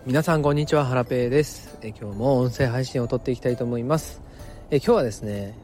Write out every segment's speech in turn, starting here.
皆さんこんにちは、ハラペーです。今日も音声配信を撮っていきたいと思います。今日はですね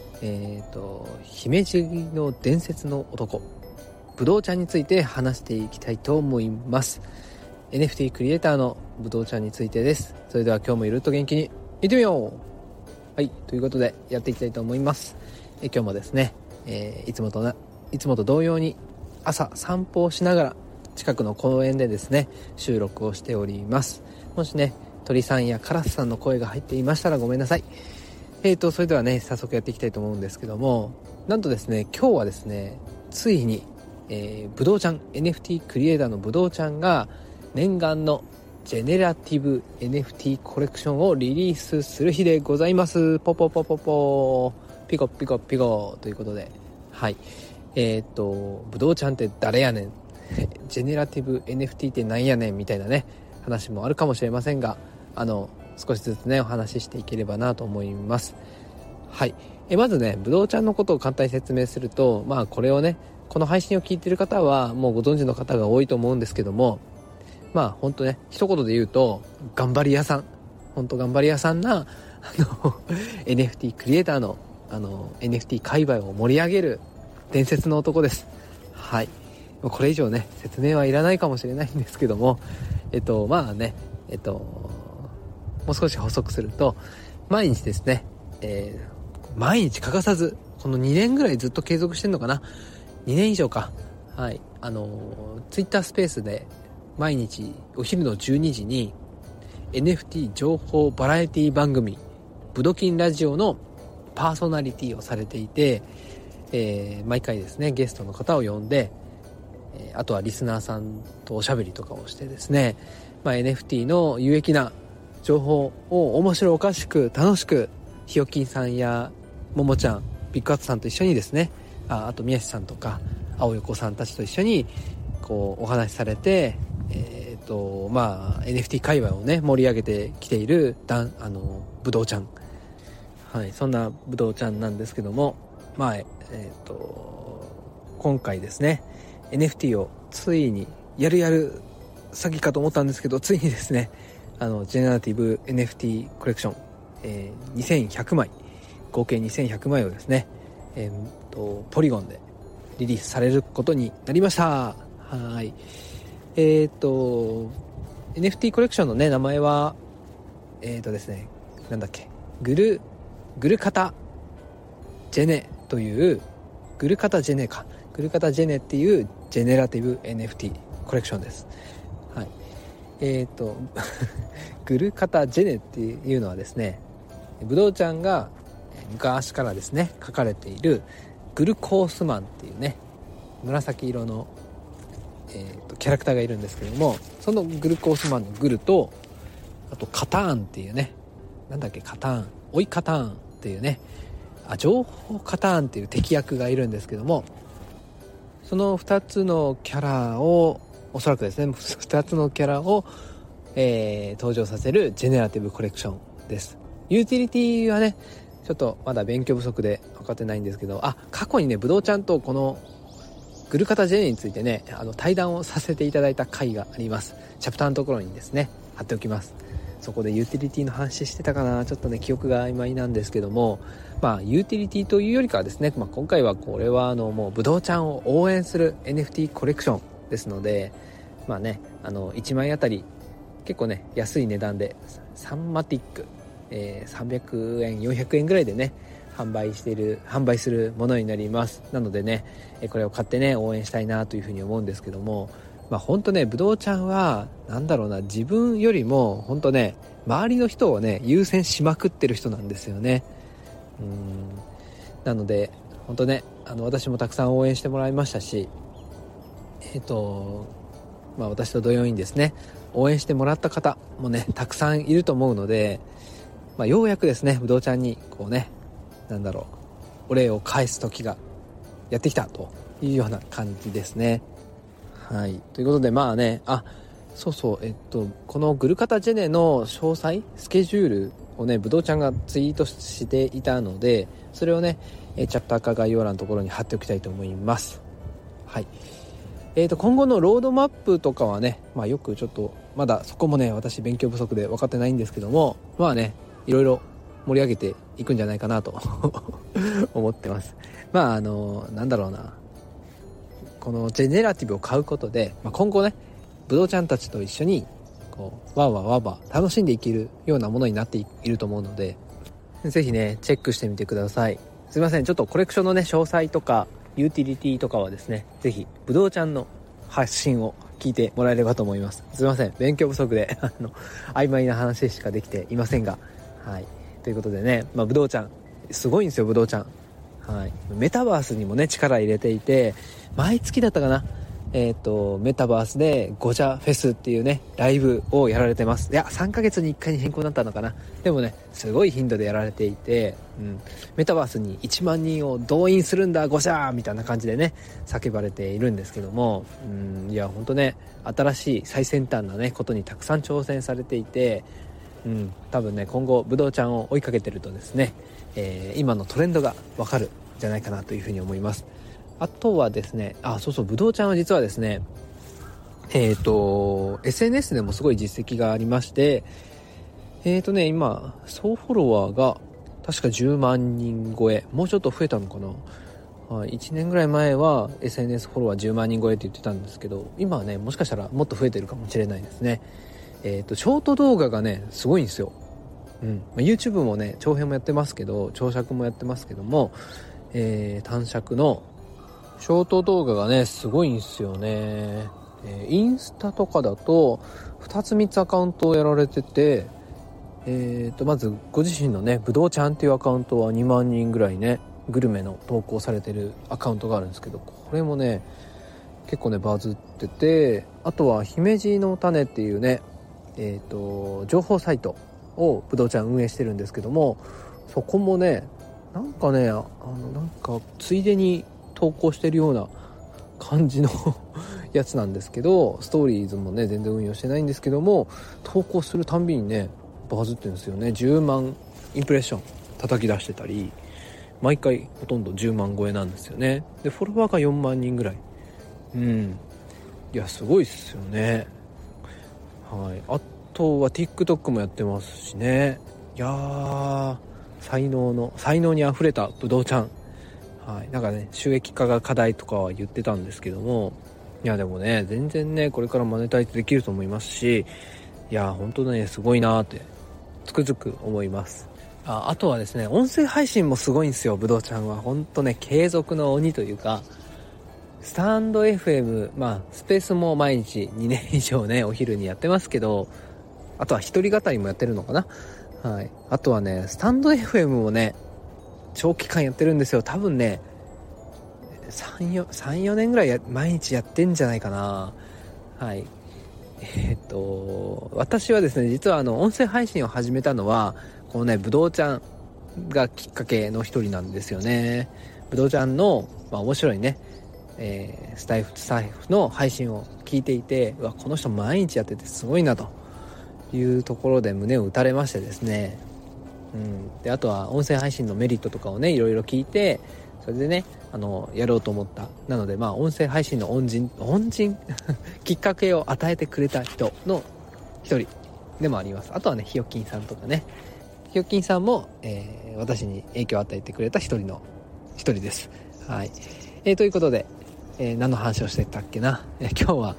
姫路の伝説の男ぶどうちゃんについて話していきたいと思います。 NFT クリエイターのぶどうちゃんについてです。それでは今日もゆるっと元気にいってみよう。はい、ということでやっていきたいと思います。今日もですね、いつもと同様に朝散歩をしながら近くの公園でですね収録をしております。もしね鳥さんやカラスさんの声が入っていましたらごめんなさい。それではね早速やっていきたいと思うんですけども、なんとですね今日はですねついに、ぶどうちゃん NFT クリエイターのぶどうちゃんが念願のジェネラティブ NFT コレクションをリリースする日でございます。ポポポポポピコピコピコということで、はい、ぶどうちゃんって誰やねんジェネラティブ NFT ってなんやねんみたいなね話もあるかもしれませんが、少しずつねお話ししていければなと思います。はい、まずねぶどうちゃんのことを簡単に説明すると、これをねこの配信を聞いている方はもうご存知の方が多いと思うんですけども、本当ね一言で言うと頑張り屋さん、本当頑張り屋さんなNFT クリエイターのNFT 界隈を盛り上げる伝説の男です。はい、これ以上ね説明はいらないかもしれないんですけども、もう少し補足すると、毎日ですね、毎日欠かさずこの2年ぐらいずっと継続してんのかな、2年以上か。はい、ツイッタースペースで毎日お昼の12時に NFT 情報バラエティ番組ぶどきんラジオのパーソナリティをされていて、毎回ですねゲストの方を呼んで、あとはリスナーさんとおしゃべりとかをしてですね、NFT の有益な情報を面白おかしく楽しくひよきんさんやももちゃんビッグアツさんと一緒にですね、あと宮地さんとか青横さんたちと一緒にこうお話しされて、NFT 界隈をね盛り上げてきているぶどうちゃん、はい、そんなぶどうちゃんなんですけども、今回ですね NFT をついにやる詐欺かと思ったんですけど、ついにですねジェネラティブ NFT コレクション、2100枚合計2100枚をですね、ポリゴンでリリースされることになりました。はい、NFT コレクションのね名前はですねなんだっけグルカタジェネというグルカタジェネっていうジェネラティブ NFT コレクションです。はい、グルカタジェネっていうのはですねぶどうちゃんが昔からですね書かれているグルコースマンっていうね紫色の、キャラクターがいるんですけども、そのグルコースマンのグルと、あとカターンっていうねカターン追いカターンっていうね情報カターンっていう敵役がいるんですけども、その2つのキャラをおそらくですね2つのキャラを、登場させるジェネラティブコレクションです。ユーティリティはねちょっとまだ勉強不足で分かってないんですけど、過去にねぶどうちゃんとこのグルカタジェネについてね対談をさせていただいた回があります。チャプターのところにですね貼っておきます。そこでユーティリティの話してたかな、ちょっとね記憶が曖昧なんですけども、ユーティリティというよりかはですね、今回はこれはもうぶどうちゃんを応援する NFT コレクションですので、1枚あたり結構ね安い値段でサンマティック、300円400円ぐらいでね販売するものになります。なのでねこれを買ってね応援したいなというふうに思うんですけども、本当ねぶどうちゃんは自分よりも本当ね周りの人をね優先しまくってる人なんですよね。なので本当ね私もたくさん応援してもらいましたし、私と同様にですね応援してもらった方もねたくさんいると思うので、ようやくですねぶどうちゃんにこうねお礼を返す時がやってきたというような感じですね。はい、ということでこのグルカタジェネの詳細スケジュールをねぶどうちゃんがツイートしていたので、それをねチャプターか概要欄のところに貼っておきたいと思います。はい、 今後のロードマップとかはね、よくちょっとまだそこもね私勉強不足で分かってないんですけども、いろいろ盛り上げていくんじゃないかなと思ってます。なんだろうな、このジェネラティブを買うことで、今後ねブドウちゃんたちと一緒にこうわーわーわーわー楽しんでいけるようなものになっていると思うので、ぜひねチェックしてみてください。すいません、ちょっとコレクションのね詳細とかユーティリティとかはですね、ぜひブドウちゃんの発信を聞いてもらえればと思います。すいません、勉強不足で曖昧な話しかできていませんが、はい、ということでね、ブドウちゃんすごいんですよ。ブドウちゃん、はい、メタバースにもね力入れていて、毎月だったかな、メタバースでゴジャフェスっていうねライブをやられてます。いや3ヶ月に1回に変更になったのかな。でもねすごい頻度でやられていて、メタバースに1万人を動員するんだゴジャーみたいな感じでね叫ばれているんですけども、いや本当ね新しい最先端なねことにたくさん挑戦されていて、多分ね今後ブドウちゃんを追いかけてるとですね、今のトレンドがわかるんじゃないかなというふうに思います。あとはですね、ブドウちゃんは実はですね、SNS でもすごい実績がありまして、今総フォロワーが確か10万人超え、もうちょっと増えたのかな。1年ぐらい前は SNS フォロワー10万人超えって言ってたんですけど、今はねもしかしたらもっと増えてるかもしれないですね。ショート動画がねすごいんですよ。YouTube もね長編もやってますけど長尺もやってますけども、短尺のショート動画がねすごいんですよね。インスタとかだと2つ3つアカウントをやられてて、まずご自身のねぶどうちゃんっていうアカウントは2万人ぐらいねグルメの投稿されてるアカウントがあるんですけど、これもね結構ねバズってて、あとは姫路の種っていうね情報サイトをぶどうちゃん運営してるんですけども、そこもねなんかついでに投稿してるような感じのやつなんですけど、ストーリーズもね全然運用してないんですけども、投稿するたんびにねバズってるんですよね。10万インプレッション叩き出してたり、毎回ほとんど10万超えなんですよね。でフォロワーが4万人ぐらい。いやすごいっすよね。はい、あとは TikTok もやってますしね。いやー才能にあふれたぶどうちゃん。なんかね収益化が課題とかは言ってたんですけども、いやでもね全然ねこれからマネタイズできると思いますし、いや本当ねすごいなーってつくづく思います。あとはですね音声配信もすごいんですよ。ぶどうちゃんは本当ね継続の鬼というか、スタンド FM、スペースも毎日2年以上ねお昼にやってますけど、あとは一人語りもやってるのかな。あとはねスタンド FM もね長期間やってるんですよ。多分ね 3,4 年ぐらい毎日やってんじゃないかな。私はですね実は音声配信を始めたのはこのねぶどうちゃんがきっかけの一人なんですよね。ぶどうちゃんの、面白いね、スタイフの配信を聞いていて、この人毎日やっててすごいなというところで胸を打たれましてですね、であとは音声配信のメリットとかをねいろいろ聞いて、それでねやろうと思った。なので音声配信の恩人きっかけを与えてくれた人の一人でもあります。あとはねひよきんさんとかね、ひよきんさんも、私に影響を与えてくれた一人です。ということで、何の話をしてたっけな。今日は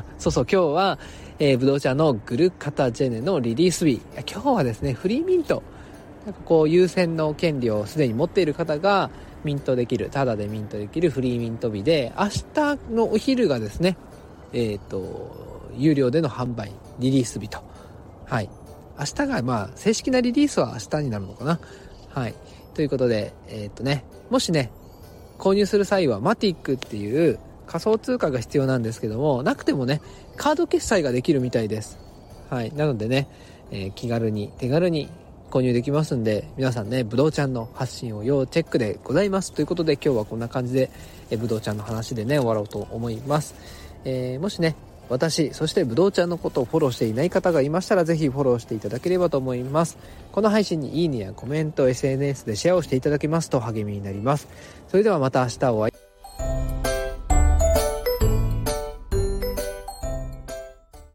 ぶどう茶のグルカタジェネのリリース日。今日はですねフリーミント、優先の権利をすでに持っている方がミントできる、タダでミントできるフリーミント日で、明日のお昼がですね有料での販売リリース日と。明日が正式なリリースは明日になるのかな。ということでもしね購入する際はマティックっていう仮想通貨が必要なんですけども、なくてもねカード決済ができるみたいです。なのでね、気軽に手軽に購入できますんで、皆さんねぶどうちゃんの発信を要チェックでございます。ということで今日はこんな感じでぶどうちゃんの話でね終わろうと思います。もしね私そしてぶどうちゃんのことをフォローしていない方がいましたら、ぜひフォローしていただければと思います。この配信にいいねやコメント、 SNS でシェアをしていただけますと励みになります。それではまた明日お会い